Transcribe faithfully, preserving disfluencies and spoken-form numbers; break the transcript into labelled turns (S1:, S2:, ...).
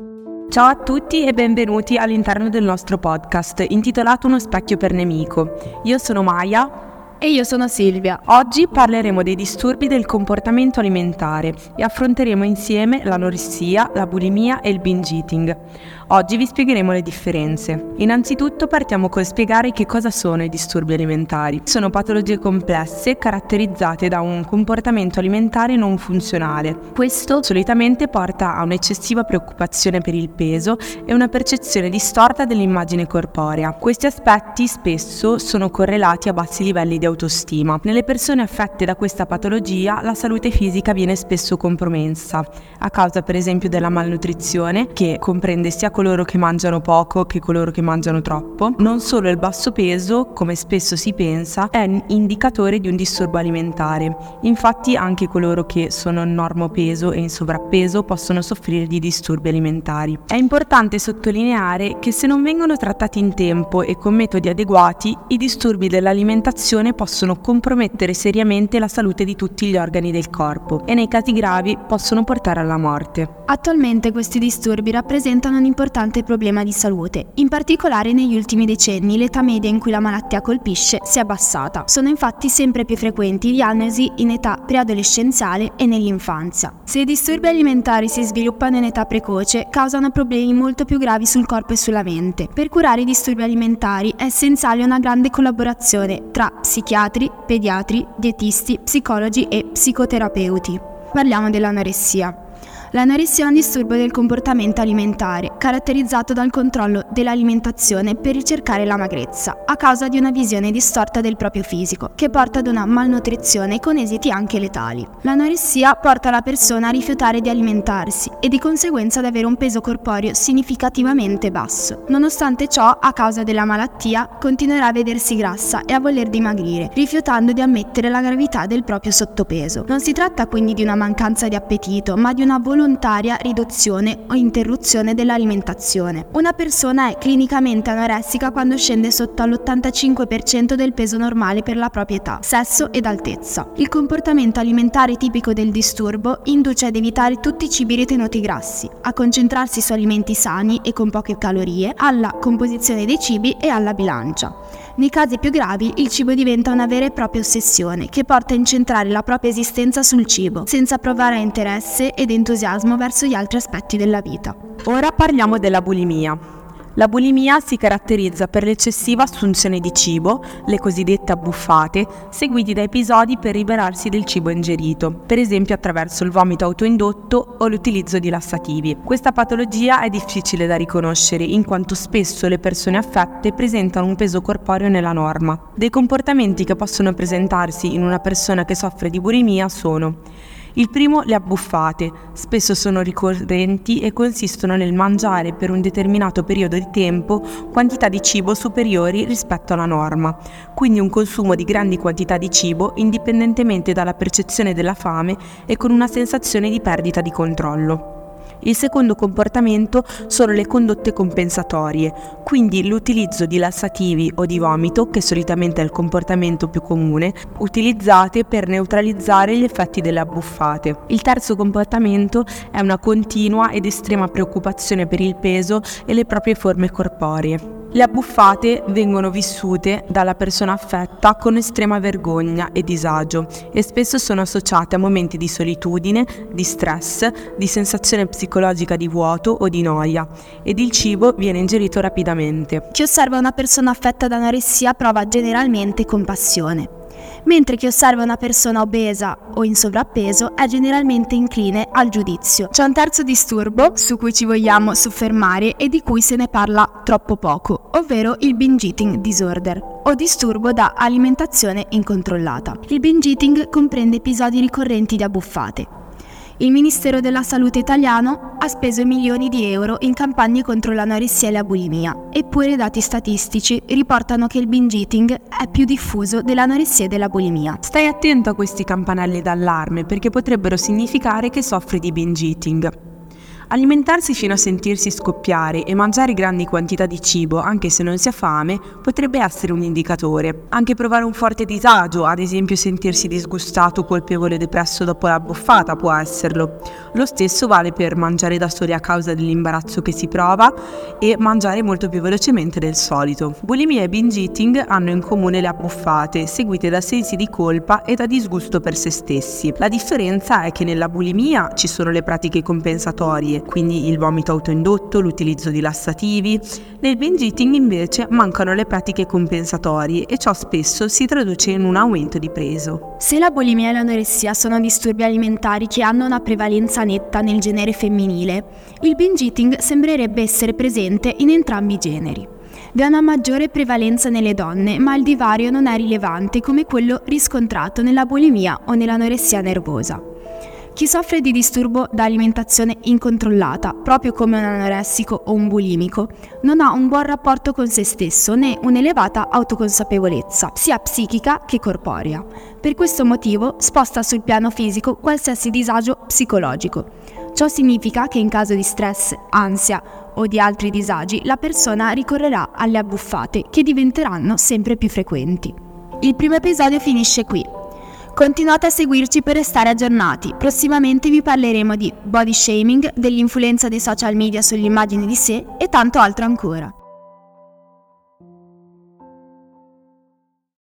S1: Ciao a tutti e benvenuti all'interno del nostro podcast intitolato Uno specchio per nemico. Io sono Maya.
S2: E io sono Silvia.
S1: Oggi parleremo dei disturbi del comportamento alimentare e affronteremo insieme l'anoressia, la bulimia e il binge eating. Oggi vi spiegheremo le differenze. Innanzitutto partiamo col spiegare che cosa sono i disturbi alimentari. Sono patologie complesse caratterizzate da un comportamento alimentare non funzionale. Questo solitamente porta a un'eccessiva preoccupazione per il peso e una percezione distorta dell'immagine corporea. Questi aspetti spesso sono correlati a bassi livelli di autostima. Nelle persone affette da questa patologia la salute fisica viene spesso compromessa a causa per esempio della malnutrizione, che comprende sia coloro che mangiano poco che coloro che mangiano troppo. Non solo il basso peso, come spesso si pensa, è un indicatore di un disturbo alimentare. Infatti anche coloro che sono in normopeso e in sovrappeso possono soffrire di disturbi alimentari. È importante sottolineare che se non vengono trattati in tempo e con metodi adeguati, i disturbi dell'alimentazione possono compromettere seriamente la salute di tutti gli organi del corpo e nei casi gravi possono portare alla morte.
S2: Attualmente questi disturbi rappresentano un importante problema di salute. In particolare negli ultimi decenni l'età media in cui la malattia colpisce si è abbassata. Sono infatti sempre più frequenti diagnosi in età preadolescenziale e nell'infanzia. Se i disturbi alimentari si sviluppano in età precoce, causano problemi molto più gravi sul corpo e sulla mente. Per curare i disturbi alimentari è essenziale una grande collaborazione tra psichiatri, pediatri, dietisti, psicologi e psicoterapeuti. Parliamo dell'anoressia. L'anoressia è un disturbo del comportamento alimentare, caratterizzato dal controllo dell'alimentazione per ricercare la magrezza, a causa di una visione distorta del proprio fisico, che porta ad una malnutrizione con esiti anche letali. L'anoressia porta la persona a rifiutare di alimentarsi e di conseguenza ad avere un peso corporeo significativamente basso. Nonostante ciò, a causa della malattia, continuerà a vedersi grassa e a voler dimagrire, rifiutando di ammettere la gravità del proprio sottopeso. Non si tratta quindi di una mancanza di appetito, ma di una volontà volontaria riduzione o interruzione dell'alimentazione. Una persona è clinicamente anoressica quando scende sotto all'ottantacinque per cento del peso normale per la propria età, sesso ed altezza. Il comportamento alimentare tipico del disturbo induce ad evitare tutti i cibi ritenuti grassi, a concentrarsi su alimenti sani e con poche calorie, alla composizione dei cibi e alla bilancia. Nei casi più gravi il cibo diventa una vera e propria ossessione che porta a incentrare la propria esistenza sul cibo, senza provare interesse ed entusiasmo verso gli altri aspetti della vita.
S1: Ora parliamo della bulimia. La bulimia si caratterizza per l'eccessiva assunzione di cibo, le cosiddette abbuffate, seguiti da episodi per liberarsi del cibo ingerito, per esempio attraverso il vomito autoindotto o l'utilizzo di lassativi. Questa patologia è difficile da riconoscere in quanto spesso le persone affette presentano un peso corporeo nella norma. Dei comportamenti che possono presentarsi in una persona che soffre di bulimia sono: il primo, le abbuffate. Spesso sono ricorrenti e consistono nel mangiare per un determinato periodo di tempo quantità di cibo superiori rispetto alla norma, quindi un consumo di grandi quantità di cibo indipendentemente dalla percezione della fame e con una sensazione di perdita di controllo. Il secondo comportamento sono le condotte compensatorie, quindi l'utilizzo di lassativi o di vomito, che solitamente è il comportamento più comune, utilizzate per neutralizzare gli effetti delle abbuffate. Il terzo comportamento è una continua ed estrema preoccupazione per il peso e le proprie forme corporee. Le abbuffate vengono vissute dalla persona affetta con estrema vergogna e disagio e spesso sono associate a momenti di solitudine, di stress, di sensazione psicologica di vuoto o di noia, ed il cibo viene ingerito rapidamente.
S2: Chi osserva una persona affetta da anoressia prova generalmente compassione, mentre chi osserva una persona obesa o in sovrappeso è generalmente incline al giudizio. C'è un terzo disturbo su cui ci vogliamo soffermare e di cui se ne parla troppo poco, ovvero il binge eating disorder o disturbo da alimentazione incontrollata. Il binge eating comprende episodi ricorrenti di abbuffate. Il Ministero della Salute italiano ha speso milioni di euro in campagne contro l'anoressia e la bulimia, eppure i dati statistici riportano che il binge eating è più diffuso dell'anoressia e della bulimia.
S1: Stai attento a questi campanelli d'allarme perché potrebbero significare che soffri di binge eating. Alimentarsi fino a sentirsi scoppiare e mangiare grandi quantità di cibo, anche se non si ha fame, potrebbe essere un indicatore. Anche provare un forte disagio, ad esempio sentirsi disgustato, colpevole o depresso dopo la buffata, può esserlo. Lo stesso vale per mangiare da soli a causa dell'imbarazzo che si prova e mangiare molto più velocemente del solito. Bulimia e binge eating hanno in comune le abbuffate, seguite da sensi di colpa e da disgusto per se stessi. La differenza è che nella bulimia ci sono le pratiche compensatorie, quindi il vomito autoindotto, l'utilizzo di lassativi. Nel binge eating invece mancano le pratiche compensatorie e ciò spesso si traduce in un aumento di peso.
S2: Se la bulimia e l'anoressia sono disturbi alimentari che hanno una prevalenza netta nel genere femminile, il binge eating sembrerebbe essere presente in entrambi i generi. Vi è una maggiore prevalenza nelle donne, ma il divario non è rilevante come quello riscontrato nella bulimia o nell'anoressia nervosa. Chi soffre di disturbo da alimentazione incontrollata, proprio come un anoressico o un bulimico, non ha un buon rapporto con se stesso né un'elevata autoconsapevolezza, sia psichica che corporea. Per questo motivo sposta sul piano fisico qualsiasi disagio psicologico. Ciò significa che in caso di stress, ansia o di altri disagi, la persona ricorrerà alle abbuffate, che diventeranno sempre più frequenti. Il primo episodio finisce qui. Continuate a seguirci per restare aggiornati. Prossimamente vi parleremo di body shaming, dell'influenza dei social media sull'immagine di sé e tanto altro ancora.